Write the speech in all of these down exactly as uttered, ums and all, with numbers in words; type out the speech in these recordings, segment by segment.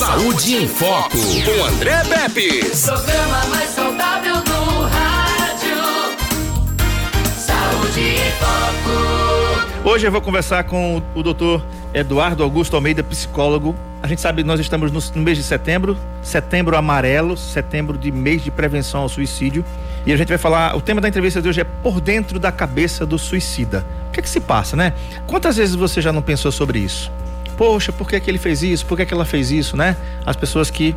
Saúde em Foco, com André Pepe. Programa mais saudável do rádio. Saúde em Foco. Hoje eu vou conversar com o doutor Eduardo Augusto Almeida, psicólogo. A gente sabe que nós estamos no, no mês de setembro, setembro amarelo, setembro de mês de prevenção ao suicídio. E a gente vai falar, o tema da entrevista de hoje é por dentro da cabeça do suicida. O que é que se passa, né? Quantas vezes você já não pensou sobre isso? Poxa, por que que ele fez isso? Por que que ela fez isso, né? As pessoas que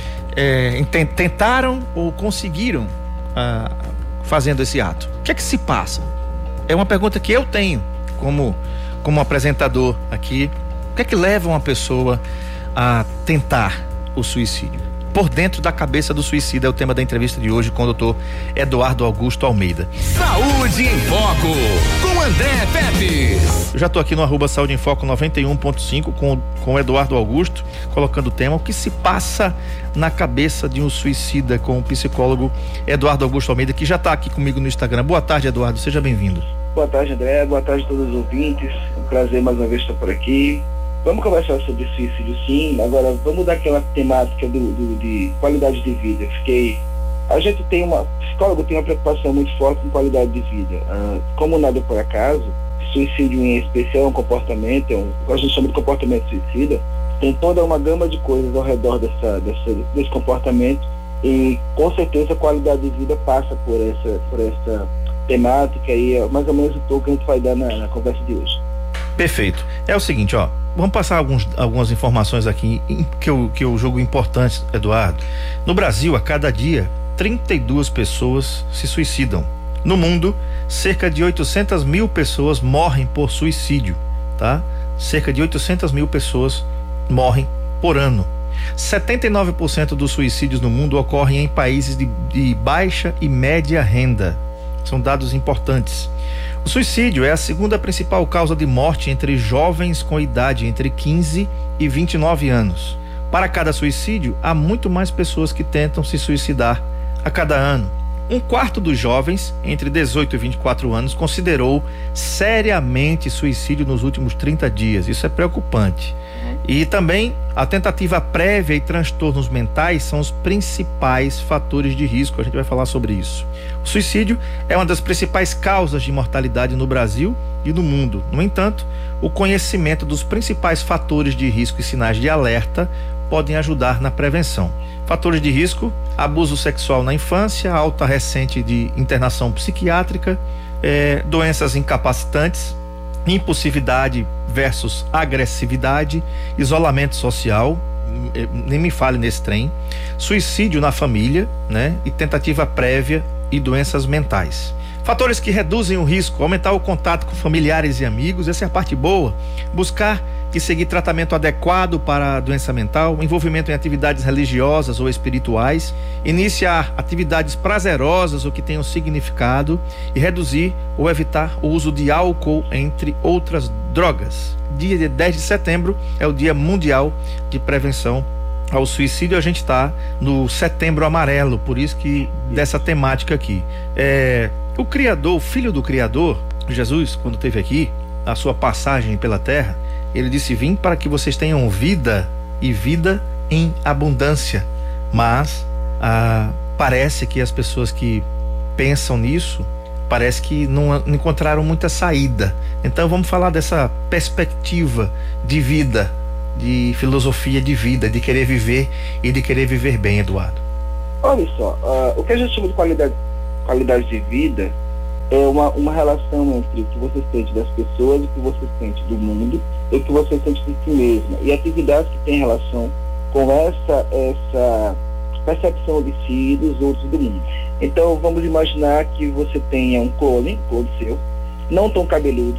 é, tentaram ou conseguiram ah, fazendo esse ato. O que é que se passa? É uma pergunta que eu tenho como, como apresentador aqui. O que é que leva uma pessoa a tentar o suicídio? Por dentro da cabeça do suicida é o tema da entrevista de hoje com o doutor Eduardo Augusto Almeida. Saúde em Foco, com André Pepe. Eu já estou aqui no arroba Saúde em Foco noventa e um ponto cinco com, com o Eduardo Augusto, colocando o tema, o que se passa na cabeça de um suicida, com o psicólogo Eduardo Augusto Almeida, que já está aqui comigo no Instagram. Boa tarde, Eduardo, seja bem-vindo. Boa tarde, André, boa tarde a todos os ouvintes, é um prazer mais uma vez estar por aqui. Vamos conversar sobre suicídio, sim. Agora vamos dar aquela temática do, do, de qualidade de vida. Eu fiquei... A gente tem uma... Psicólogo tem uma preocupação muito forte com qualidade de vida. Ah, como nada por acaso, suicídio em especial é um comportamento, é um, a gente chama de comportamento suicida, tem toda uma gama de coisas ao redor dessa, dessa, desse comportamento e com certeza a qualidade de vida passa por essa, por essa temática e é mais ou menos o tom que a gente vai dar na, na conversa de hoje. Perfeito. É o seguinte, ó, vamos passar alguns, algumas informações aqui que eu, que eu julgo importantes, Eduardo. No Brasil, a cada dia, trinta e duas pessoas se suicidam. No mundo, cerca de oitocentas mil pessoas morrem por suicídio, tá? Cerca de oitocentas mil pessoas morrem por ano. setenta e nove por cento dos suicídios no mundo ocorrem em países de, de baixa e média renda. São dados importantes. O suicídio é a segunda principal causa de morte entre jovens com idade entre quinze e vinte e nove anos. Para cada suicídio, há muito mais pessoas que tentam se suicidar a cada ano. Um quarto dos jovens entre dezoito e vinte e quatro anos considerou seriamente suicídio nos últimos trinta dias. Isso é preocupante. E também a tentativa prévia e transtornos mentais são os principais fatores de risco. A gente vai falar sobre isso. O suicídio é uma das principais causas de mortalidade no Brasil e no mundo. No entanto, o conhecimento dos principais fatores de risco e sinais de alerta podem ajudar na prevenção. Fatores de risco: abuso sexual na infância, alta recente de internação psiquiátrica, eh, doenças incapacitantes, impulsividade versus agressividade, isolamento social, nem me fale nesse trem, suicídio na família, né? E tentativa prévia e doenças mentais. Fatores que reduzem o risco: aumentar o contato com familiares e amigos, essa é a parte boa, buscar e seguir tratamento adequado para a doença mental, envolvimento em atividades religiosas ou espirituais, iniciar atividades prazerosas ou que tenham significado e reduzir ou evitar o uso de álcool, entre outras drogas. Dia dez de setembro é o Dia Mundial de Prevenção ao Suicídio. A gente está no setembro amarelo, por isso que dessa temática aqui. É, o Criador, o Filho do Criador, Jesus, quando esteve aqui, a sua passagem pela terra, ele disse: vim para que vocês tenham vida e vida em abundância. Mas ah, parece que as pessoas que pensam nisso, parece que não encontraram muita saída. Então vamos falar dessa perspectiva de vida, de filosofia de vida, de querer viver e de querer viver bem, Eduardo. Olha só, uh, o que a gente chama de qualidade, qualidade de vida é uma, uma relação entre o que você sente das pessoas, o que você sente do mundo e o que você sente de si mesma. E atividades que têm relação com essa, essa percepção de si e dos outros do mundo. Então vamos imaginar que você tenha um clone, um clone seu, não tão cabeludo,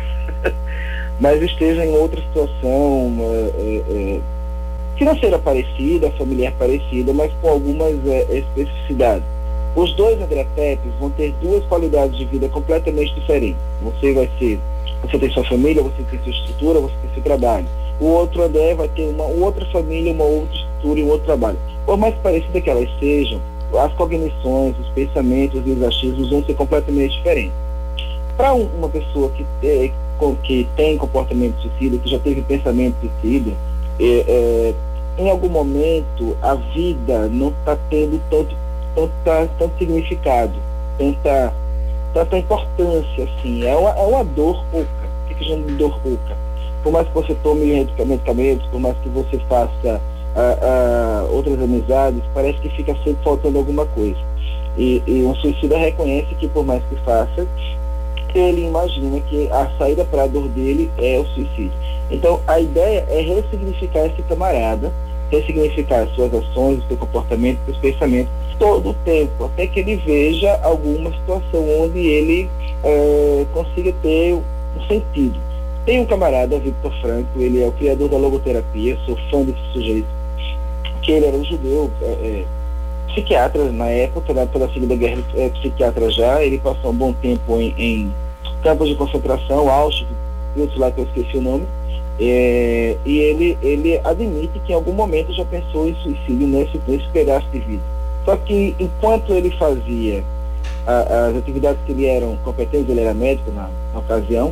mas esteja em outra situação é, é, financeira parecida, familiar parecida, mas com algumas é, especificidades. Os dois André Pepes vão ter duas qualidades de vida completamente diferentes. Você vai ser, você tem sua família, você tem sua estrutura, você tem seu trabalho. O outro André vai ter uma outra família, uma outra estrutura e um outro trabalho. Por mais parecida que elas sejam, as cognições, os pensamentos e os achismos vão ser completamente diferentes. Para um, uma pessoa que, é, que tem comportamento suicida, que já teve pensamento suicida, é, é, em algum momento a vida não está tendo tanto, tanta, tanto significado, tanta, tanta importância, assim. É uma, é uma dor pouca. O que a gente chama de dor pouca? Por mais que você tome medicamentos, por mais que você faça ah, ah, outras amizades, parece que fica sempre faltando alguma coisa. E, e um suicida reconhece que por mais que faça, ele imagina que a saída para a dor dele é o suicídio. Então a ideia é ressignificar esse camarada, ressignificar as suas ações, o seu comportamento, os seus pensamentos, todo o tempo, até que ele veja alguma situação onde ele é, consiga ter um sentido. Tem um camarada, Viktor Frankl, ele é o criador da logoterapia, sou fã desse sujeito, que ele era um judeu, é, é, psiquiatra na época, na época da Segunda Guerra, é psiquiatra já, ele passou um bom tempo em, em campos de concentração, Auschwitz, lá que eu esqueci o nome, é, e ele, ele admite que em algum momento já pensou em suicídio nesse, nesse pedaço de vida. Só que enquanto ele fazia a, as atividades que lhe eram competentes, ele era médico na, na ocasião,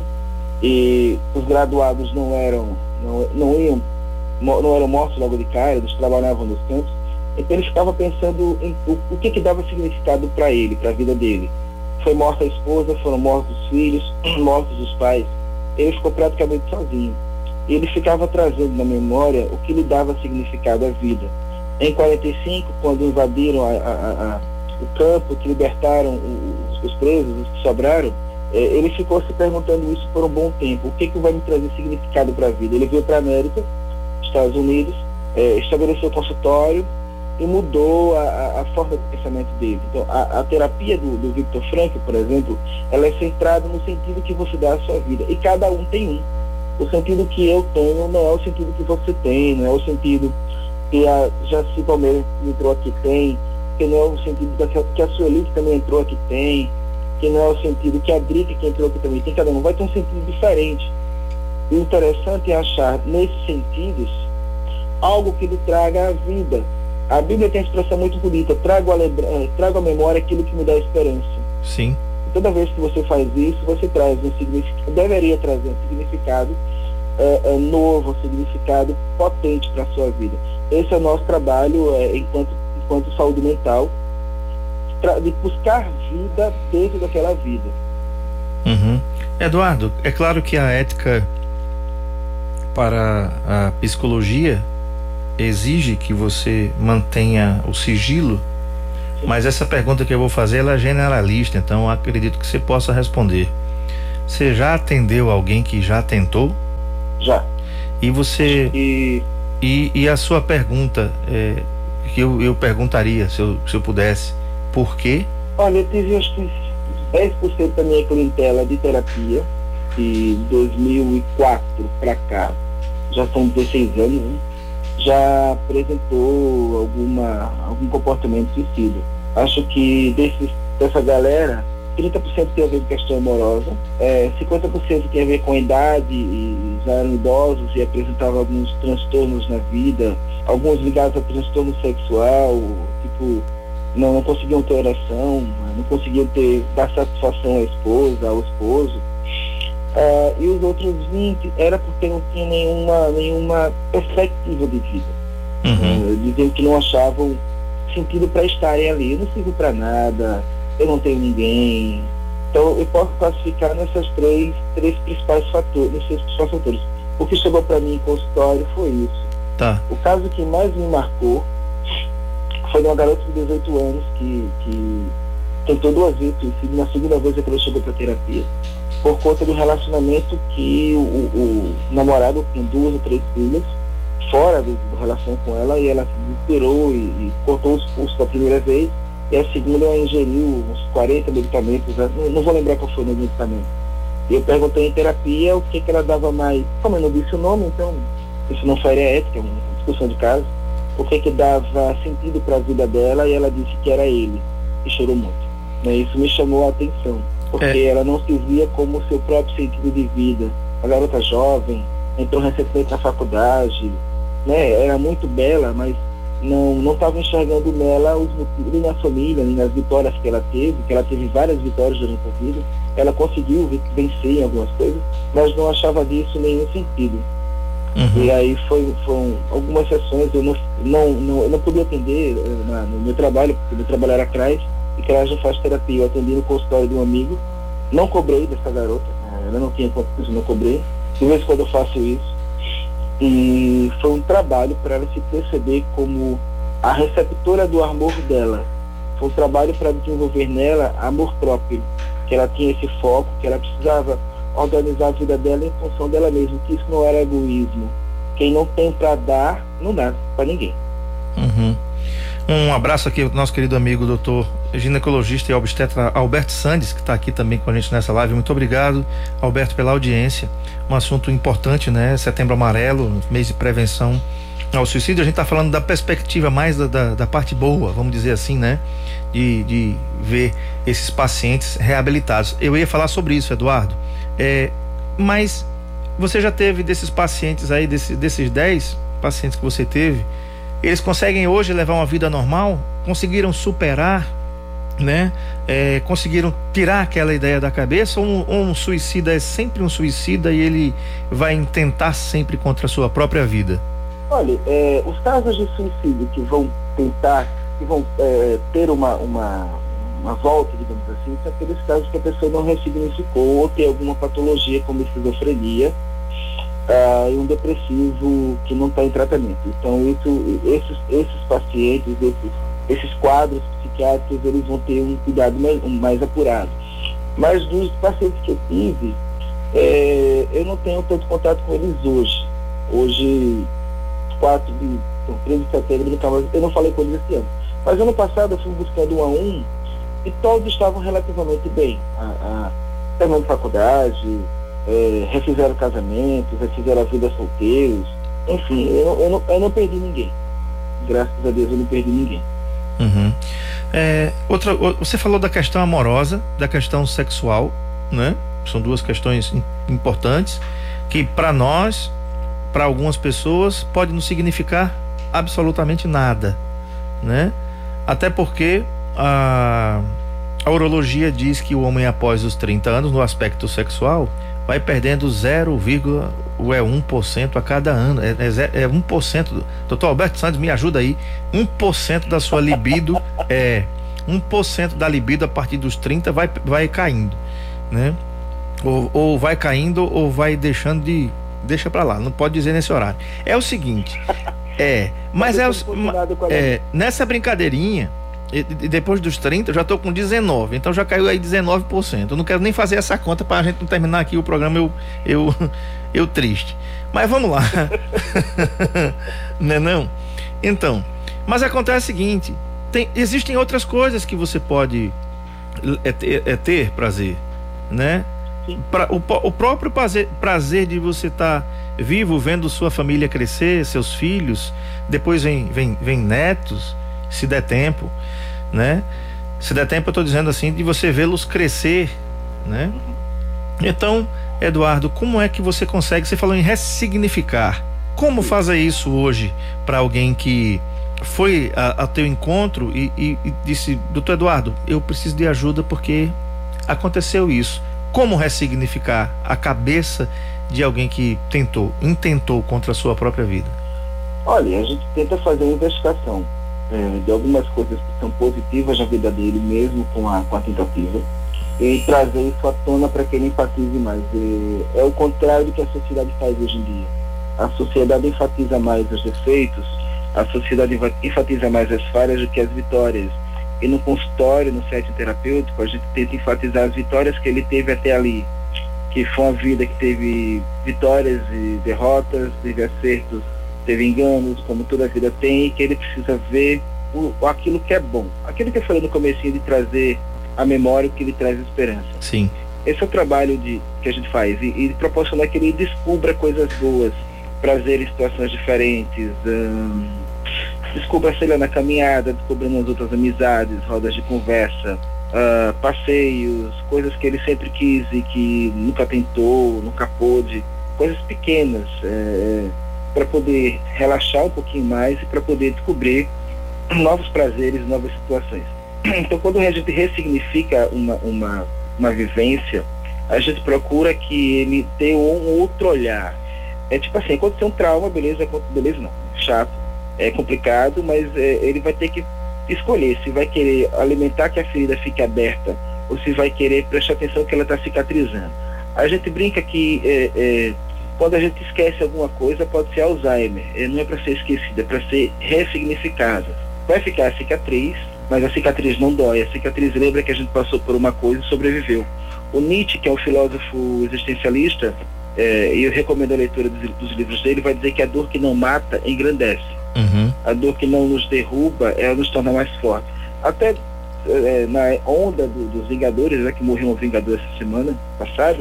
e os graduados não eram, não, não iam, não eram mortos logo de cara, eles trabalhavam nos campos. Então ele ficava pensando em o, o que que dava significado para ele, para a vida dele. Foi morta a esposa, foram mortos os filhos, mortos os pais. Ele ficou praticamente sozinho. E ele ficava trazendo na memória o que lhe dava significado à vida. Em quarenta e cinco, quando invadiram a, a, a, o campo, que libertaram os, os presos, os que sobraram, eh, ele ficou se perguntando isso por um bom tempo. O que que vai me trazer significado para a vida? Ele veio para a América, Estados Unidos, eh, estabeleceu consultório, e mudou a, a forma de pensamento dele. Então, a, a terapia do, do Viktor Frankl, por exemplo, ela é centrada no sentido que você dá à sua vida. E cada um tem um. O sentido que eu tenho não é o sentido que você tem, não é o sentido que a Jaci Palmeira que entrou aqui tem, que não é o sentido que a, que a Sueli que também entrou aqui tem, que não é o sentido que a Drica que entrou aqui também tem. Cada um vai ter um sentido diferente. E o interessante é achar nesses sentidos algo que lhe traga a vida. A Bíblia tem uma expressão muito bonita: trago a, lembra... trago a memória aquilo que me dá esperança. Sim. E toda vez que você faz isso, você traz um significado, deveria trazer um significado é, é, novo, um significado potente para a sua vida. Esse é o nosso trabalho é, enquanto, enquanto saúde mental, de buscar vida dentro daquela vida. Uhum. Eduardo, é claro que a ética para a psicologia exige que você mantenha o sigilo, mas essa pergunta que eu vou fazer ela é generalista, então acredito que você possa responder. Você já atendeu alguém que já tentou? Já. E você e, e, e a sua pergunta é, que eu, eu perguntaria se eu, se eu pudesse, por quê? Olha, eu tive acho que dez por cento da minha clientela de terapia de dois mil e quatro para cá, já são dezesseis anos, né? Já apresentou alguma, algum comportamento suicida. Acho que desses, dessa galera, trinta por cento tem a ver com questão amorosa, é, cinquenta por cento tem a ver com a idade, e já eram idosos e apresentavam alguns transtornos na vida, alguns ligados a transtorno sexual, tipo, não, não conseguiam ter ereção, não conseguiam ter, dar satisfação à esposa, ao esposo. Uh, e os outros vinte era porque não tinha nenhuma, nenhuma perspectiva de vida. Uhum. Uh, diziam que não achavam sentido para estarem ali. Eu não sirvo para nada, eu não tenho ninguém. Então eu posso classificar nessas três, três principais fatores, nesses principais fatores. O que chegou para mim em consultório foi isso. Tá. O caso que mais me marcou foi de uma garota de dezoito anos que, que tentou duas vezes suicídio. Na segunda vez é que ela chegou para terapia, por conta do relacionamento que o, o, o namorado tinha duas ou três filhas fora do, do relação com ela, e ela se desesperou e, e cortou os pulsos da primeira vez, e a segunda ela ingeriu uns quarenta medicamentos, não, não vou lembrar qual foi o medicamento. E eu perguntei em terapia o que, que ela dava mais, como eu não disse o nome, então isso não foi ética, é uma discussão de caso, o que que dava sentido para a vida dela, e ela disse que era ele, e chorou muito. Né? Isso me chamou a atenção, porque é. ela não se via como seu próprio sentido de vida. A garota jovem, entrou recentemente na faculdade, né? Era muito bela, mas não não estava enxergando nela os motivos, nem na família, nem nas vitórias que ela teve, que ela teve várias vitórias durante a vida. Ela conseguiu vencer em algumas coisas, mas não achava disso nenhum sentido. Uhum. E aí foi, foram algumas sessões, eu não, não, não, eu não podia atender na, no meu trabalho, porque meu trabalho era atrás, e que ela já faz terapia. Eu atendi no consultório de um amigo, não cobrei dessa garota, ela não tinha condições, não cobrei. De vez em quando eu faço isso. E foi um trabalho para ela se perceber como a receptora do amor dela. Foi um trabalho para desenvolver nela amor próprio, que ela tinha esse foco, que ela precisava organizar a vida dela em função dela mesma, que isso não era egoísmo. Quem não tem para dar, não dá para ninguém. Uhum. Um abraço aqui ao nosso querido amigo doutor ginecologista e obstetra Alberto Sandes, que está aqui também com a gente nessa live. Muito obrigado, Alberto, pela audiência. Um assunto importante, né? Setembro Amarelo, mês de prevenção ao suicídio. A gente está falando da perspectiva mais da, da, da parte boa, vamos dizer assim, né? De, de ver esses pacientes reabilitados. Eu ia falar sobre isso, Eduardo. É, mas você já teve desses pacientes aí, desse, desses dez pacientes que você teve, eles conseguem hoje levar uma vida normal? Conseguiram superar, né? É, conseguiram tirar aquela ideia da cabeça? Ou um, ou um suicida é sempre um suicida e ele vai tentar sempre contra a sua própria vida? Olha, é, os casos de suicídio que vão tentar, que vão é, ter uma, uma, uma volta, digamos assim, são aqueles casos que a pessoa não ressignificou ou tem alguma patologia como esquizofrenia, Uh, e um depressivo que não está em tratamento. Então, isso, esses, esses pacientes, esses, esses quadros psiquiátricos, eles vão ter um cuidado mais, um, mais apurado. Mas dos pacientes que eu tive, é, eu não tenho tanto contato com eles hoje. Hoje, quatro de, treze de setembro, eu não falei com eles esse ano. Mas ano passado eu fui buscando um a um e todos estavam relativamente bem. A, a, terminando faculdade, É, refizeram casamento, refizeram a vida solteiros, enfim, eu, eu, não, eu não perdi ninguém. Graças a Deus eu não perdi ninguém. Uhum. É, outra, você falou da questão amorosa, da questão sexual, né? São duas questões importantes que para nós, para algumas pessoas, pode não significar absolutamente nada, né? Até porque a, a urologia diz que o homem após os trinta anos no aspecto sexual vai perdendo zero vírgula um por cento a cada ano. É, é, é um por cento. Doutor Alberto Santos, me ajuda aí. um por cento da sua libido, é um por cento da libido a partir dos trinta vai, vai caindo, né? Ou, ou vai caindo ou vai deixando de... Deixa pra lá, não pode dizer nesse horário. É o seguinte, é, mas é, o, é nessa brincadeirinha, e depois dos trinta, eu já tô com dezenove, então já caiu aí dezenove por cento. Eu não quero nem fazer essa conta pra gente não terminar aqui o programa eu, eu, eu triste. Mas vamos lá. Não é não? Então, mas acontece o seguinte, tem, existem outras coisas que você pode é ter, é ter prazer, né? Pra, o, o próprio prazer, prazer de você estar tá vivo, vendo sua família crescer, seus filhos, depois vem, vem, vem netos, se der tempo, né? Se der tempo, eu tô dizendo assim, de você vê-los crescer, né? Então, Eduardo, como é que você consegue, você falou em ressignificar, como fazer isso hoje para alguém que foi a, a teu encontro e, e, e disse, doutor Eduardo, eu preciso de ajuda porque aconteceu isso. Como ressignificar a cabeça de alguém que tentou, intentou contra a sua própria vida? Olha, a gente tenta fazer uma investigação é, de algumas coisas que são positivas na vida dele, mesmo com a, com a tentativa, e trazer isso à tona para que ele enfatize mais. É, é o contrário do que a sociedade faz hoje em dia. A sociedade enfatiza mais os defeitos, a sociedade enfatiza mais as falhas do que as vitórias. E no consultório, no setting terapêutico, a gente tenta enfatizar as vitórias que ele teve até ali, que foi uma vida que teve vitórias e derrotas, teve acertos, teve enganos, como toda a vida tem, e que ele precisa ver o, aquilo que é bom. Aquilo que eu falei no comecinho de trazer a memória, que ele traz esperança. Sim. Esse é o trabalho de, que a gente faz, e, e proporcionar que ele descubra coisas boas, prazer em situações diferentes, hum, descubra, sei lá, na caminhada, descobrindo as outras amizades, rodas de conversa, uh, passeios, coisas que ele sempre quis e que nunca tentou, nunca pôde, coisas pequenas, é, para poder relaxar um pouquinho mais e para poder descobrir novos prazeres, novas situações. Então, quando a gente ressignifica uma, uma, uma vivência, a gente procura que ele tenha um outro olhar. É tipo assim, aconteceu um trauma, beleza, beleza não, chato, é complicado, mas é, ele vai ter que escolher se vai querer alimentar que a ferida fique aberta ou se vai querer prestar atenção que ela está cicatrizando. A gente brinca que é, é, quando a gente esquece alguma coisa pode ser Alzheimer, é, não é para ser esquecida, é para ser ressignificada. Vai ficar a cicatriz, mas a cicatriz não dói, a cicatriz lembra que a gente passou por uma coisa e sobreviveu. O Nietzsche, que é um filósofo existencialista, é, e eu recomendo a leitura dos, dos livros dele, vai dizer que a dor que não mata engrandece. Uhum. A dor que não nos derruba, ela nos torna mais fortes. Até é, na onda do, dos Vingadores, né, que morreu um Vingador essa semana passada,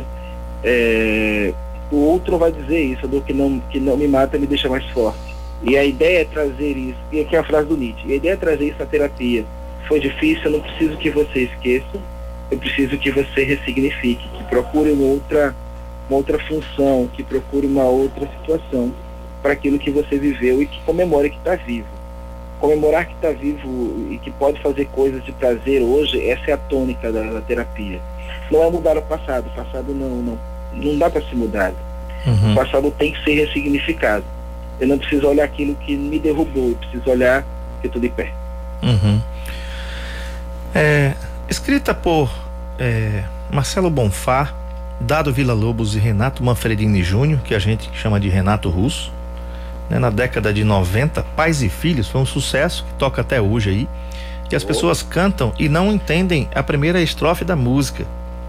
é, o outro vai dizer isso, a dor que não, que não me mata me deixa mais forte. E a ideia é trazer isso, e aqui é a frase do Nietzsche, a ideia é trazer isso na terapia. Foi difícil, eu não preciso que você esqueça, eu preciso que você ressignifique, que procure uma outra, uma outra função, que procure uma outra situação para aquilo que você viveu e que comemore que está vivo. Comemorar que está vivo e que pode fazer coisas de prazer hoje, essa é a tônica da, da terapia. Não é mudar o passado, o passado não, não, não dá para ser mudado. Uhum. O passado tem que ser ressignificado. Eu não preciso olhar aquilo que me derrubou, eu preciso olhar que eu estou de pé. Uhum. É, escrita por é, Marcelo Bonfá, Dado Villa-Lobos e Renato Manfredini Júnior, que a gente chama de Renato Russo, né, na década de noventa, Pais e Filhos, foi um sucesso que toca até hoje aí, que as pessoas cantam e não entendem a primeira estrofe da música,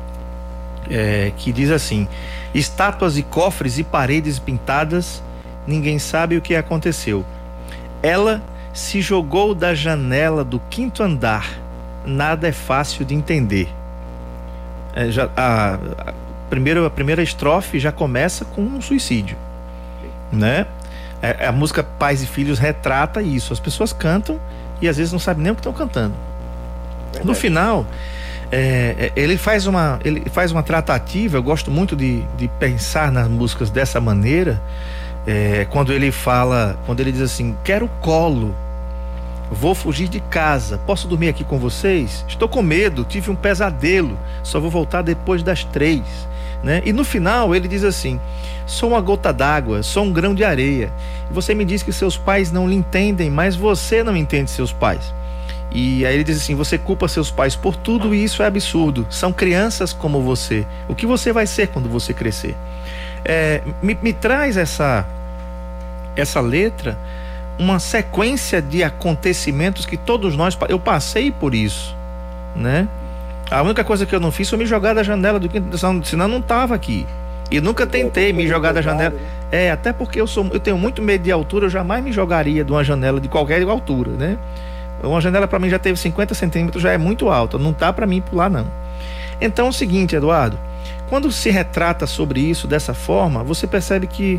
é, que diz assim: estátuas e cofres e paredes pintadas, ninguém sabe o que aconteceu. Ela se jogou da janela do quinto andar, nada é fácil de entender. É, já, a, a, primeiro, a primeira estrofe já começa com um suicídio, né? É, a música Pais e Filhos retrata isso. As pessoas cantam e às vezes não sabem nem o que estão cantando. No final, é, ele faz uma ele faz uma tratativa. Eu gosto muito de, de pensar nas músicas dessa maneira. É, quando ele fala, quando ele diz assim: quero colo, vou fugir de casa, posso dormir aqui com vocês? Estou com medo, tive um pesadelo, só vou voltar depois das três, né? E no final ele diz assim: sou uma gota d'água, sou um grão de areia, e você me diz que seus pais não lhe entendem, mas você não entende seus pais. E aí ele diz assim: você culpa seus pais por tudo e isso é absurdo, são crianças como você, o que você vai ser quando você crescer? É, me, me traz essa essa letra uma sequência de acontecimentos que todos nós, eu passei por isso, né? A única coisa que eu não fiz foi me jogar da janela do quinto, senão não estava aqui. E nunca tentei me jogar da janela. É, até porque eu sou, eu tenho muito medo de altura, eu jamais me jogaria de uma janela de qualquer altura, né? Uma janela para mim já teve cinquenta centímetros, já é muito alta, não tá para mim pular não. Então é o seguinte, Eduardo, quando se retrata sobre isso dessa forma, você percebe que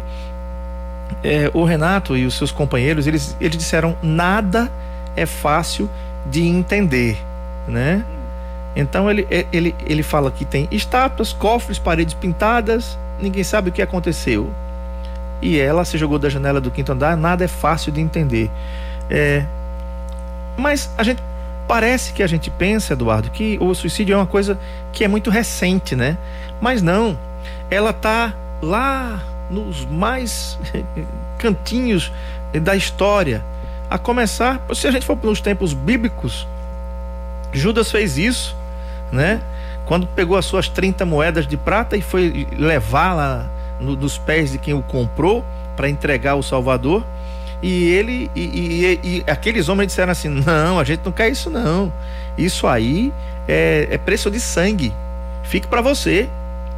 é, o Renato e os seus companheiros, eles, eles disseram: nada é fácil de entender, né? Então ele, ele, ele fala que tem estátuas, cofres, paredes pintadas, ninguém sabe o que aconteceu. E ela se jogou da janela do quinto andar, nada é fácil de entender. É, mas a gente parece que a gente pensa, Eduardo, que o suicídio é uma coisa que é muito recente, né? Mas não, ela tá lá nos mais cantinhos da história. A começar, se a gente for nos tempos bíblicos, Judas fez isso, né? Quando pegou as suas trinta moedas de prata e foi levar lá no, nos pés de quem o comprou para entregar o Salvador. E ele e, e, e aqueles homens disseram assim: não, a gente não quer isso não, isso aí é, é preço de sangue, fique para você.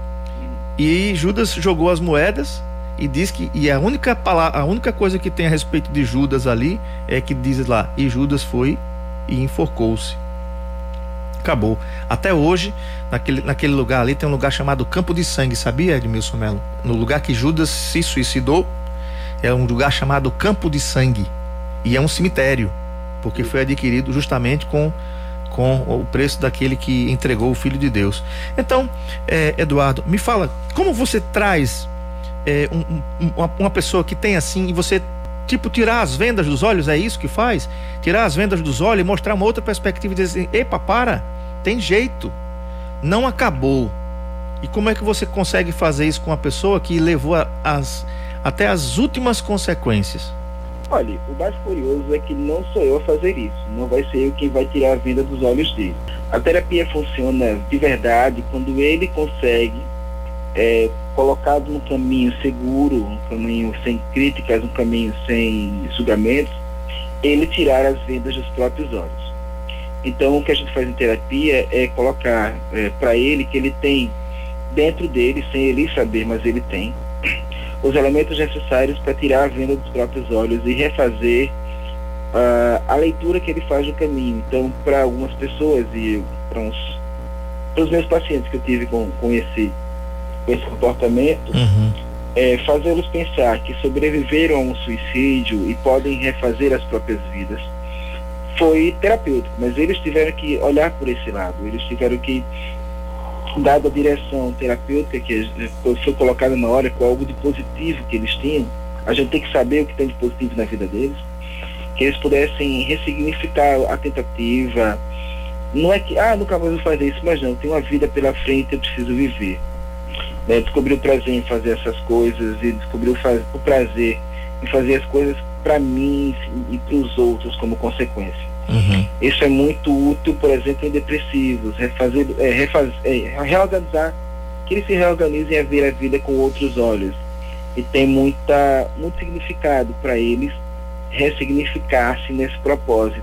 E Judas jogou as moedas e diz que, e a única palavra, a única coisa que tem a respeito de Judas ali é que diz lá: e Judas foi e enforcou-se. Acabou. Até hoje, naquele, naquele lugar ali tem um lugar chamado Campo de Sangue, sabia, Edmilson Melo? No lugar que Judas se suicidou, é um lugar chamado Campo de Sangue, e é um cemitério, porque foi adquirido justamente com, com o preço daquele que entregou o Filho de Deus. Então, é, Eduardo, me fala, como você traz é, um, um, uma, uma pessoa que tem assim, e você, tipo, tirar as vendas dos olhos, é isso que faz? Tirar as vendas dos olhos e mostrar uma outra perspectiva e dizer assim: epa, para, tem jeito, não acabou. E como é que você consegue fazer isso com uma pessoa que levou a, as até as últimas consequências? Olha, o mais curioso é que não sou eu a fazer isso, não vai ser eu quem vai tirar a venda dos olhos dele. A terapia funciona de verdade quando ele consegue, é, colocado num caminho seguro, um caminho sem críticas, um caminho sem julgamentos, ele tirar as vendas dos próprios olhos. Então, o que a gente faz em terapia é colocar é, para ele que ele tem dentro dele, sem ele saber, mas ele tem, os elementos necessários para tirar a venda dos próprios olhos e refazer uh, a leitura que ele faz no caminho. Então, para algumas pessoas e para uns, para os meus pacientes que eu tive com, com, esse, com esse comportamento, uhum. é, fazê-los pensar que sobreviveram a um suicídio e podem refazer as próprias vidas foi terapêutico, mas eles tiveram que olhar por esse lado, eles tiveram que, dada a direção terapêutica que foi colocada na hora com algo de positivo que eles tinham, a gente tem que saber o que tem de positivo na vida deles, que eles pudessem ressignificar a tentativa. Não é que, ah, nunca mais vou fazer isso, mas não, tem uma vida pela frente, eu preciso viver. Né? Descobrir o prazer em fazer essas coisas e descobrir o, faz, o prazer em fazer as coisas para mim e para os outros como consequência. Uhum. Isso é muito útil, por exemplo, em depressivos, refazer, é, refazer, é, reorganizar, que eles se reorganizem a ver a vida com outros olhos. E tem muita, muito significado para eles ressignificar-se nesse propósito.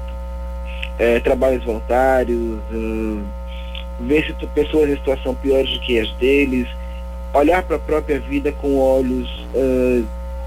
É, trabalhos voluntários, uh, ver se pessoas em situação piores do que as deles, olhar para a própria vida com olhos uh,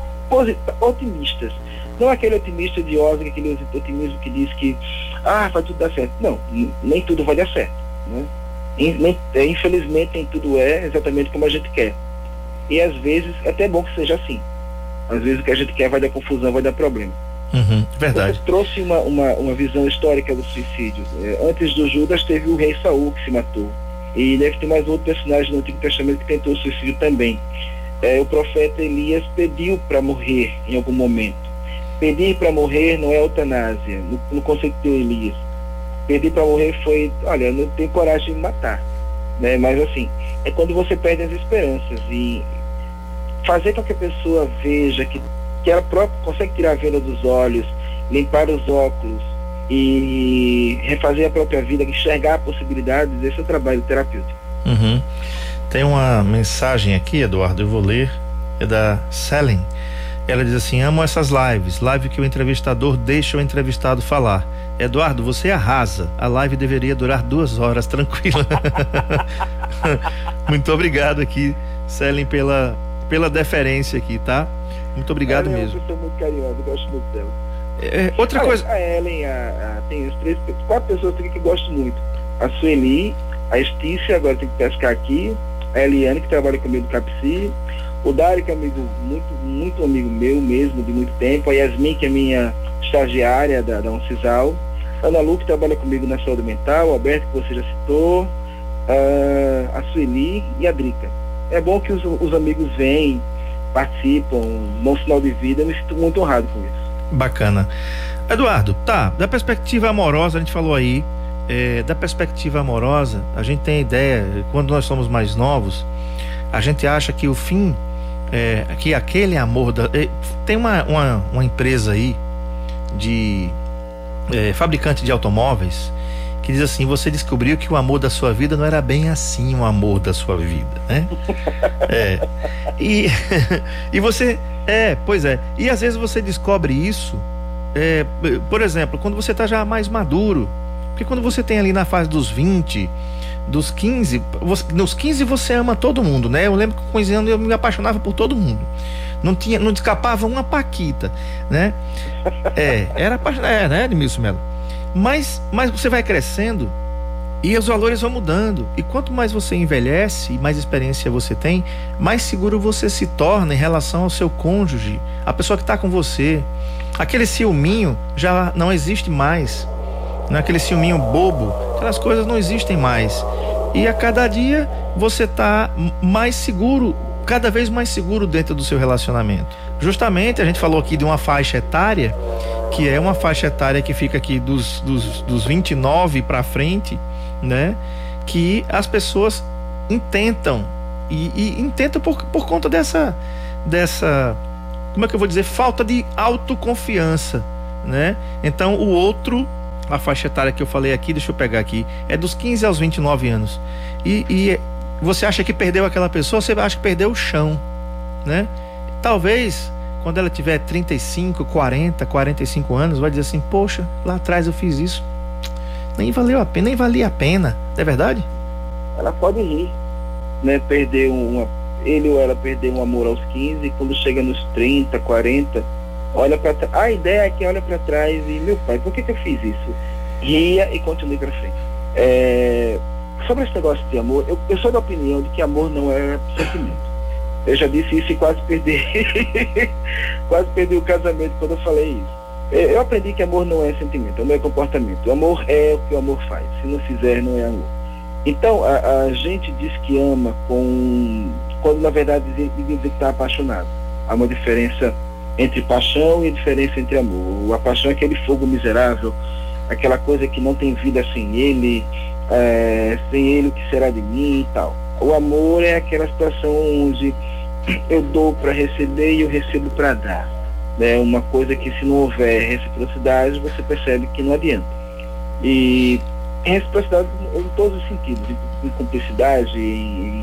otimistas. Não aquele otimista de Oscar, aquele otimismo que diz que ah, vai tudo dar certo. Não, nem tudo vai dar certo. Né? Infelizmente nem tudo é exatamente como a gente quer. E às vezes é até bom que seja assim. Às vezes o que a gente quer vai dar confusão, vai dar problema. Uhum, verdade. Você trouxe uma, uma, uma visão histórica do suicídio. É, antes do Judas teve o rei Saul que se matou. E deve ter mais outro personagem no Antigo Testamento que tentou o suicídio também. É, o profeta Elias pediu para morrer em algum momento. Pedir para morrer não é eutanásia, no, no conceito de Elias. Pedir para morrer foi, olha, eu não tenho coragem de me matar. Né? Mas assim, é quando você perde as esperanças. E fazer com que a pessoa veja que, que ela própria consegue tirar a venda dos olhos, limpar os óculos e refazer a própria vida, enxergar possibilidades, esse é o trabalho terapêutico. Uhum. Tem uma mensagem aqui, Eduardo, eu vou ler, é da Selen. Ela diz assim: amo essas lives, live que o entrevistador deixa o entrevistado falar. Eduardo, você arrasa, a live deveria durar duas horas, tranquila. Muito obrigado aqui, Selen, pela, pela deferência aqui, tá? Muito obrigado Ellen mesmo. É uma pessoa muito carinhosa, eu gosto muito dela. É, outra a, coisa... A Ellen, a, a, tem as três, quatro pessoas aqui que eu gosto muito. A Sueli, a Estícia, agora tem que pescar aqui, a Eliane, que trabalha comigo no Capsi, o Dário, que é amigo, muito, muito amigo meu mesmo, de muito tempo, a Yasmin, que é minha estagiária da, da Uncisal, a Ana Lu, que trabalha comigo na saúde mental, o Alberto, que você já citou, a, a Sueli e a Drica. É bom que os, os amigos vêm, participam, dão sinal de vida, eu me sinto muito honrado com isso. Bacana. Eduardo, tá, da perspectiva amorosa, a gente falou aí, é, da perspectiva amorosa, a gente tem a ideia, quando nós somos mais novos, a gente acha que o fim, é, que aquele amor, da, é, tem uma, uma, uma empresa aí, de é, fabricante de automóveis, que diz assim: você descobriu que o amor da sua vida não era bem assim o amor da sua vida, né? É, e, e você, é, pois é, e às vezes você descobre isso, é, por exemplo, quando você está já mais maduro, porque quando você tem ali na fase dos vinte, dos quinze, você, nos quinze você ama todo mundo, né? Eu lembro que com quinze anos eu me apaixonava por todo mundo. Não tinha, não escapava uma paquita, né? É, era apaixonado, é, né, Edmilson Melo? Mas, mas você vai crescendo e os valores vão mudando. E quanto mais você envelhece e mais experiência você tem, mais seguro você se torna em relação ao seu cônjuge, a pessoa que está com você. Aquele ciúminho já não existe mais. Não é aquele ciúminho bobo, aquelas coisas não existem mais. E a cada dia você está mais seguro, cada vez mais seguro dentro do seu relacionamento. Justamente a gente falou aqui de uma faixa etária, que é uma faixa etária que fica aqui dos, dos, dos vinte e nove para frente, né? Que as pessoas intentam, e, e intentam por, por conta dessa, dessa como é que eu vou dizer, falta de autoconfiança, né? Então o outro, a faixa etária que eu falei aqui, deixa eu pegar aqui, é dos quinze aos vinte e nove anos. E, e você acha que perdeu aquela pessoa, você acha que perdeu o chão, né? Talvez quando ela tiver trinta e cinco, quarenta, quarenta e cinco anos, vai dizer assim: poxa, lá atrás eu fiz isso, nem valeu a pena, nem valia a pena, não é verdade? Ela pode rir, né? Perder uma, ele ou ela perder um amor aos quinze, e quando chega nos trinta, quarenta, olha para trás. A ideia é que olha para trás e, meu pai, por que que eu fiz isso? Ria e continue para frente. É... Sobre esse negócio de amor, eu, eu sou da opinião de que amor não é sentimento. Eu já disse isso e quase perdi quase perdi o casamento quando eu falei isso. Eu aprendi que amor não é sentimento, não é comportamento. O amor é o que o amor faz. Se não fizer, não é amor. Então, a, a gente diz que ama com... quando na verdade devia dizer que está apaixonado. Há uma diferença entre paixão e a diferença entre amor. A paixão é aquele fogo miserável, aquela coisa que não tem vida sem ele, é, sem ele o que será de mim e tal. O amor é aquela situação onde eu dou para receber e eu recebo para dar. É uma coisa que, se não houver reciprocidade, você percebe que não adianta. E reciprocidade em todos os sentidos, em, em cumplicidade, em, em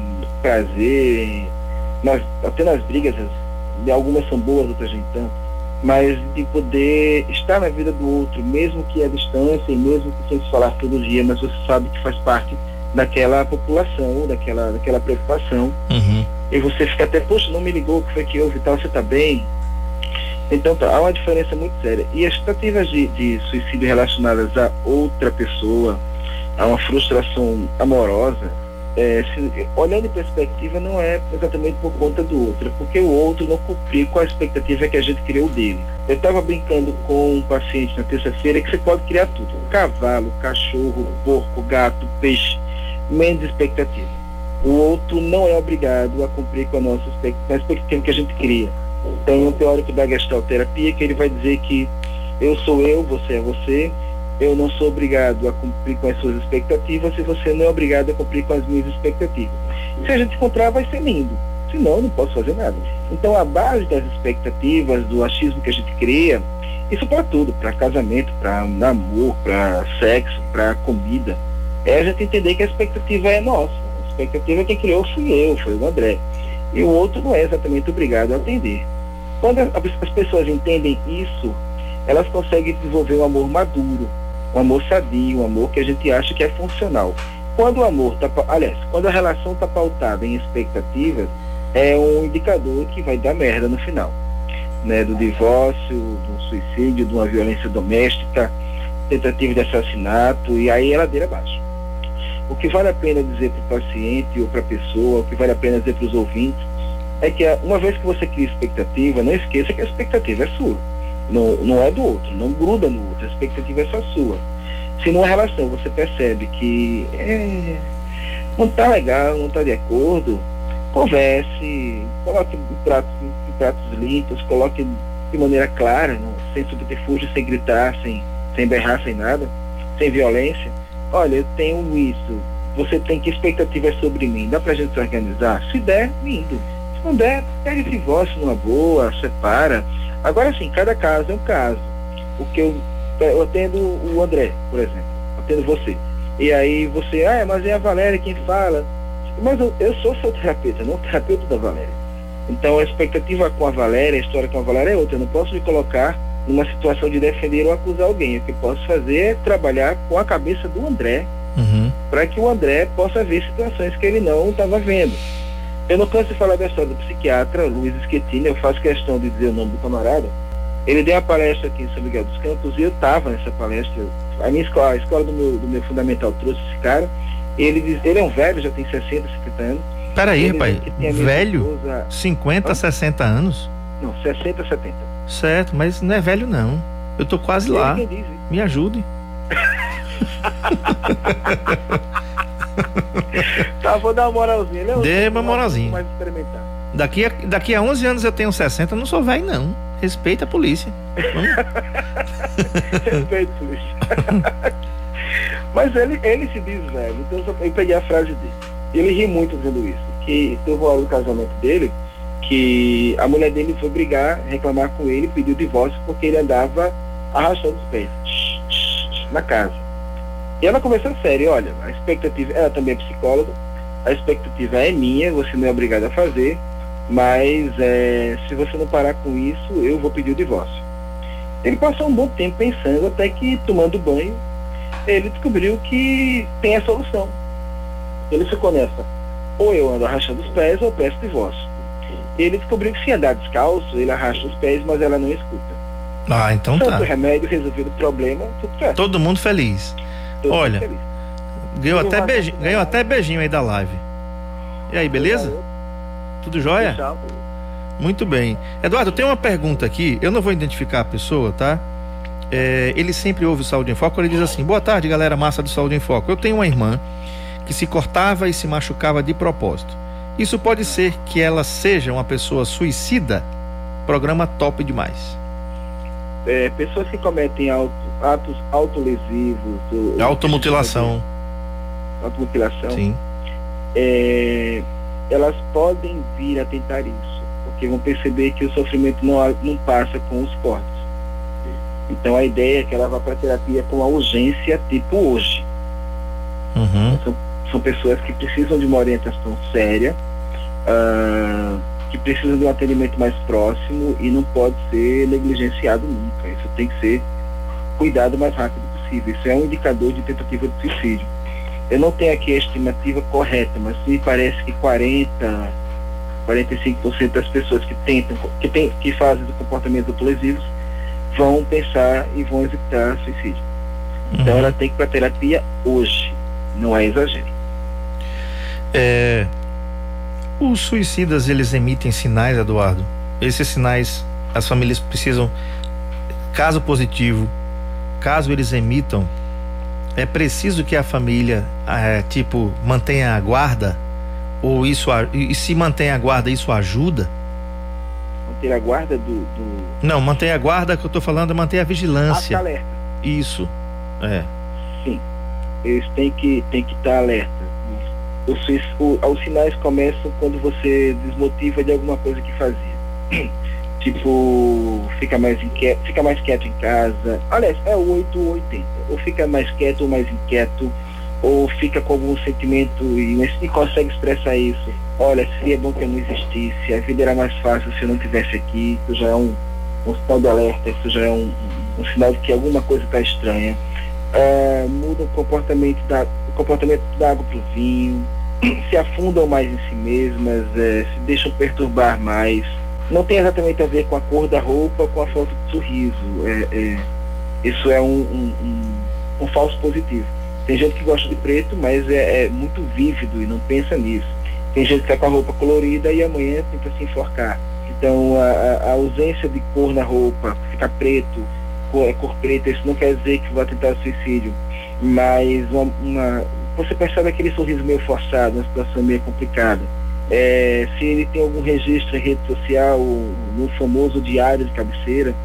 prazer, nas, até nas brigas, de algumas são boas, outras nem tanto, mas de poder estar na vida do outro, mesmo que à distância e mesmo que sem se falar todo dia, mas você sabe que faz parte daquela população, daquela, daquela preocupação. Uhum. E você fica até, poxa, não me ligou, o que foi que houve e tal, você está bem? Então tá, há uma diferença muito séria. E as tentativas de, de suicídio relacionadas a outra pessoa, a uma frustração amorosa, é, se, olhando em perspectiva, não é exatamente por conta do outro, é porque o outro não cumpriu com a expectativa que a gente criou dele. Eu estava brincando com um paciente na terça-feira que você pode criar tudo: cavalo, cachorro, porco, gato, peixe, menos expectativa. O outro não é obrigado a cumprir com a nossa expectativa, a expectativa que a gente cria. Tem um teórico da gestalterapia que ele vai dizer que eu sou eu, você é você, eu não sou obrigado a cumprir com as suas expectativas e você não é obrigado a cumprir com as minhas expectativas. Se a gente encontrar, vai ser lindo, senão eu não posso fazer nada. Então a base das expectativas, do achismo que a gente cria, isso para tudo, para casamento, para namoro, para sexo, para comida, é a gente entender que a expectativa é nossa. A expectativa quem criou fui eu, foi o André, e o outro não é exatamente obrigado a atender. Quando as pessoas entendem isso, elas conseguem desenvolver um amor maduro, um amor sadio, um amor que a gente acha que é funcional. Quando o amor está, aliás, quando a relação está pautada em expectativas, é um indicador que vai dar merda no final, né? Do divórcio, do suicídio, de uma violência doméstica, tentativa de assassinato, e aí é ladeira abaixo. O que vale a pena dizer para o paciente ou para a pessoa, o que vale a pena dizer para os ouvintes, é que uma vez que você cria expectativa, não esqueça que a expectativa é sua, não, não é do outro, não gruda no outro, a expectativa é só sua. Se numa relação você percebe que é, não está legal, não está de acordo, converse, coloque em pratos, em pratos limpos, coloque de maneira clara, não, sem subterfúgio, sem gritar, sem, sem berrar, sem nada, sem violência. Olha, eu tenho isso, você tem que expectativa é sobre mim, dá pra gente se organizar? Se der, lindo. Se não der, pega esse divórcio numa boa, separa. Agora sim, cada caso é um caso. O que eu, eu atendo o André, por exemplo, atendo você. E aí você, ah, mas é a Valéria quem fala. Mas eu, eu sou seu terapeuta, não o terapeuta da Valéria. Então a expectativa com a Valéria, a história com a Valéria é outra. Eu não posso me colocar numa situação de defender ou acusar alguém. O que eu posso fazer é trabalhar com a cabeça do André, uhum, para que o André possa ver situações que ele não estava vendo. Eu não canso de falar da história do psiquiatra Luiz Schettini, eu faço questão de dizer o nome do camarada. Ele deu uma palestra aqui em São Miguel dos Campos e eu estava nessa palestra. A minha escola, a escola do meu, do meu fundamental trouxe esse cara. Ele, diz, ele é um velho, já tem sessenta, setenta anos. Peraí, rapaz, velho? Esposa... cinquenta, ah? sessenta anos? Não, sessenta, setenta. Certo, mas não é velho não. Eu tô quase lá. Diz, me ajude. Tá, vou dar uma moralzinha. Ele é um Dê uma moralzinha. Mais experimentar. Daqui a, daqui a onze anos eu tenho sessenta, eu não sou velho não. Respeita a polícia. Respeita a polícia. Mas ele, ele se diz velho, então eu peguei a frase dele. Ele ri muito dizendo isso, que teve uma hora do casamento dele que a mulher dele foi brigar, reclamar com ele, pediu divórcio porque ele andava arrastando os pés na casa. E ela conversou sério, olha, a expectativa, ela também é psicóloga, a expectativa é minha, você não é obrigado a fazer, mas é, se você não parar com isso, eu vou pedir o divórcio. Ele passou um bom tempo pensando, até que, tomando banho, ele descobriu que tem a solução. Ele ficou nessa, ou eu ando arrastando os pés ou eu peço divórcio. Ele descobriu que se andar descalço, ele arrasta os pés, mas ela não escuta. Ah, então Tanto tá. o remédio resolvido o problema, tudo certo. Todo mundo feliz. Todo mundo Olha, feliz. ganhou Tudo até, vai beijinho, dar ganhou certo. até beijinho aí da live. E aí, beleza? Tudo jóia? Tchau. Muito bem. Eduardo, tem uma pergunta aqui, eu não vou identificar a pessoa, tá? É, ele sempre ouve o Saúde em Foco, ele diz assim: boa tarde, galera massa do Saúde em Foco. Eu tenho uma irmã que se cortava e se machucava de propósito. Isso pode ser que ela seja uma pessoa suicida? Programa top demais. É, pessoas que cometem auto, atos autolesivos, ou- Automutilação. automutilação, Sim. é, elas podem vir a tentar isso, porque vão perceber que o sofrimento não, há- não passa com os cortes. Então a ideia é que ela vá para terapia com a urgência tipo hoje. Uhum. São, são pessoas que precisam de uma orientação séria, ah, que precisam de um atendimento mais próximo e não pode ser negligenciado nunca. Isso tem que ser cuidado o mais rápido possível. Isso é um indicador de tentativa de suicídio. Eu não tenho aqui a estimativa correta, mas me parece que quarenta, quarenta e cinco por cento das pessoas que tentam, que, tem, que fazem os comportamentos autolesivos vão pensar e vão executar suicídio. Então Uhum. ela tem que ir para terapia hoje, não é exagero. É, os suicidas, eles emitem sinais, Eduardo? Esses sinais, as famílias precisam, caso positivo, caso eles emitam, é preciso que a família, é, tipo, mantenha a guarda? Ou isso, a- e se mantém a guarda, isso ajuda? Manter a guarda do... do... Não, mantém a guarda, que eu tô falando é manter a vigilância. Ah, tá alerta. Isso, é. Sim, eles têm que têm que estar alerta. Os, suic- o- os sinais começam quando você desmotiva de alguma coisa que fazia. Tipo, fica mais inquieto, fica mais quieto em casa. Aliás, é o oito ou oitenta. Ou fica mais quieto ou mais inquieto, ou fica com algum sentimento e, e consegue expressar isso. Olha, seria bom que eu não existisse, a vida era mais fácil se eu não estivesse aqui. Isso já é um, um sinal de alerta, isso já é um, um, um sinal de que alguma coisa está estranha. É, muda o comportamento da, o comportamento da água para o vinho, se afundam mais em si mesmas, é, se deixam perturbar mais. Não tem exatamente a ver com a cor da roupa ou com a falta de sorriso. É, é, isso é um, um, um, um falso positivo. Tem gente que gosta de preto, mas é, é muito vívido e não pensa nisso. Tem gente que está com a roupa colorida e amanhã tenta se enforcar. Então a, a ausência de cor na roupa, ficar preto, cor, cor preta, isso não quer dizer que vai tentar suicídio, mas uma, uma, você percebe aquele sorriso meio forçado, uma situação meio complicada. É, se ele tem algum registro em rede social, no famoso diário de cabeceira,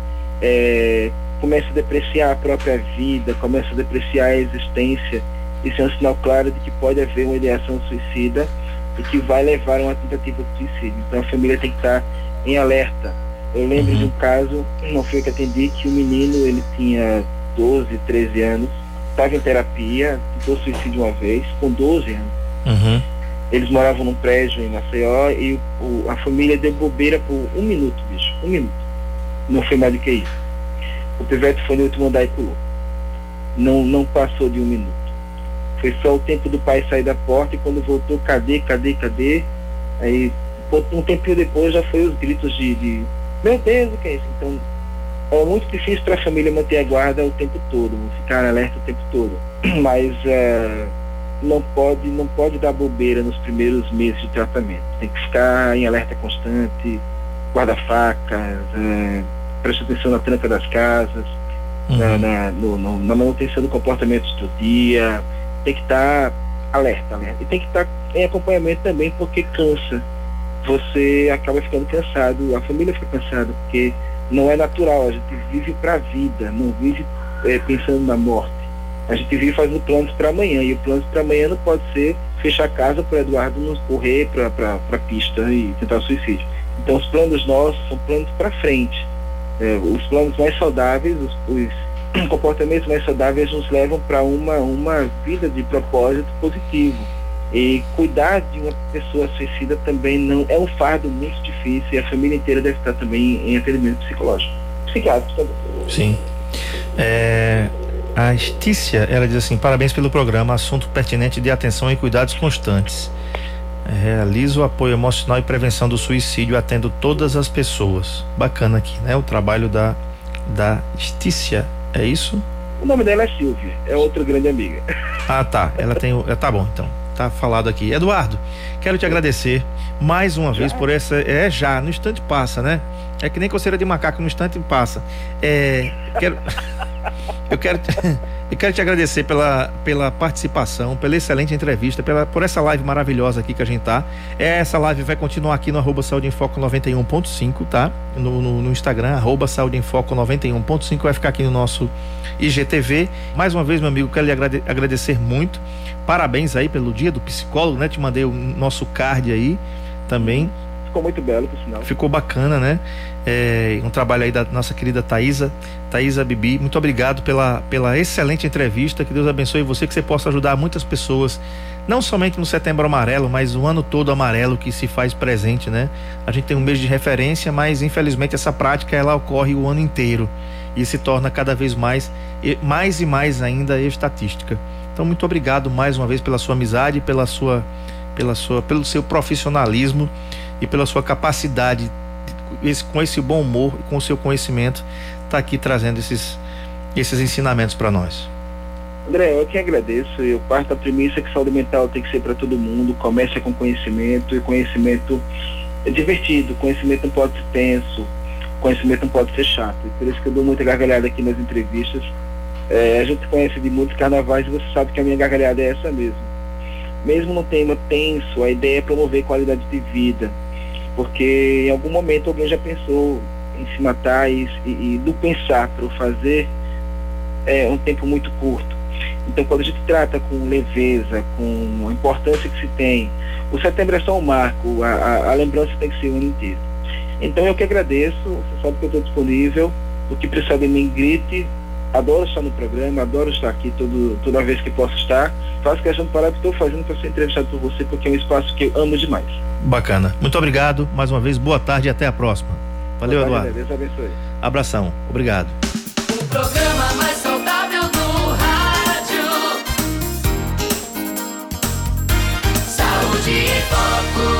é, começa a depreciar a própria vida, começa a depreciar a existência, isso é um sinal claro de que pode haver uma ideação suicida e que vai levar a uma tentativa de suicídio. Então a família tem que estar em alerta. Eu lembro Uhum. de um caso, não foi que atendi, que o menino, ele tinha doze, treze anos, estava em terapia, tentou suicídio uma vez, com doze anos. Uhum. Eles moravam num prédio em Maceió e o, a família deu bobeira por um minuto, bicho. Um minuto. Não foi mais do que isso. O pivete foi no último andar e pulou. Não, não passou de um minuto. Foi só o tempo do pai sair da porta e quando voltou, cadê, cadê, cadê? Aí, um tempinho depois já foi os gritos de, de meu Deus, o que é isso? Então, é muito difícil para a família manter a guarda o tempo todo, ficar alerta o tempo todo. Mas... Uh, não pode, não pode dar bobeira nos primeiros meses de tratamento. Tem que ficar em alerta constante, guarda-facas, é, preste atenção na tranca das casas, Uhum. na, na, no, no, na manutenção do comportamento do dia. Tem que estar alerta, alerta. E tem que estar em acompanhamento também, porque cansa. Você acaba ficando cansado, a família fica cansada, porque não é natural. A gente vive para a vida, não vive é, pensando na morte. A gente vive fazendo planos para amanhã, e o plano para amanhã não pode ser fechar a casa para Eduardo não correr para a pista e tentar o suicídio. Então os planos nossos são planos para frente. É, os planos mais saudáveis, os, os comportamentos mais saudáveis nos levam para uma, uma vida de propósito positivo. E cuidar de uma pessoa suicida também não é um fardo muito difícil, e a família inteira deve estar também em atendimento psicológico. Psiquiátrico também. Sim. É, a Estícia, ela diz assim: parabéns pelo programa, assunto pertinente de atenção e cuidados constantes. Realizo o apoio emocional e prevenção do suicídio, atendo todas as pessoas. Bacana aqui, né? O trabalho da, da Estícia, é isso? O nome dela é Silvia, é outra grande amiga. Ah, tá. Ela tem o. Tá bom, então. Tá falado aqui. Eduardo, quero te agradecer mais uma já? vez por essa. É já, no instante passa, né? É que nem coceira de macaco, no instante passa. É. Quero. Eu quero, te, eu quero te agradecer pela, pela participação, pela excelente entrevista, pela, por essa live maravilhosa aqui que a gente tá. Essa live vai continuar aqui no arroba Saúde em Foco noventa e um ponto cinco, tá? No, no, no Instagram, arroba Saúde em Foco noventa e um ponto cinco, vai ficar aqui no nosso I G T V. Mais uma vez, meu amigo, quero lhe agrade, agradecer muito. Parabéns aí pelo dia do psicólogo, né? Te mandei o nosso card aí também. Ficou muito belo, por sinal. Ficou bacana, né? É, um trabalho aí da nossa querida Thaisa, Thaisa Bibi. Muito obrigado pela, pela excelente entrevista. Que Deus abençoe você, que você possa ajudar muitas pessoas, não somente no Setembro Amarelo, mas o ano todo amarelo que se faz presente, né? A gente tem um mês de referência, mas infelizmente essa prática ela ocorre o ano inteiro e se torna cada vez mais, mais e mais ainda estatística. Então, muito obrigado mais uma vez pela sua amizade, pela sua, pela sua, pelo seu profissionalismo e pela sua capacidade, esse, com esse bom humor e com o seu conhecimento, tá aqui trazendo esses, esses ensinamentos para nós. André, eu que agradeço. Eu parto da premissa que saúde mental tem que ser para todo mundo. Começa com conhecimento, e conhecimento é divertido. Conhecimento não pode ser tenso, conhecimento não pode ser chato. E por isso que eu dou muita gargalhada aqui nas entrevistas. É, a gente conhece de muitos carnavais e você sabe que a minha gargalhada é essa mesmo. Mesmo no tema tenso, a ideia é promover qualidade de vida, porque em algum momento alguém já pensou em se matar e, e, e do pensar para o fazer é um tempo muito curto. Então, quando a gente trata com leveza, com a importância que se tem, o setembro é só um marco, a, a, a lembrança tem que ser o ano inteiro. Então, eu que agradeço, você sabe que eu estou disponível, o que precisar de mim, grite. Adoro estar no programa, adoro estar aqui todo, toda vez que posso estar. Faço questão de parar o que estou fazendo para ser entrevistado por você, porque é um espaço que eu amo demais. Bacana. Muito obrigado. Mais uma vez, boa tarde e até a próxima. Valeu, boa tarde, Eduardo. Deus abençoe. Abração. Obrigado. O programa mais saudável do rádio. Saúde em Foco.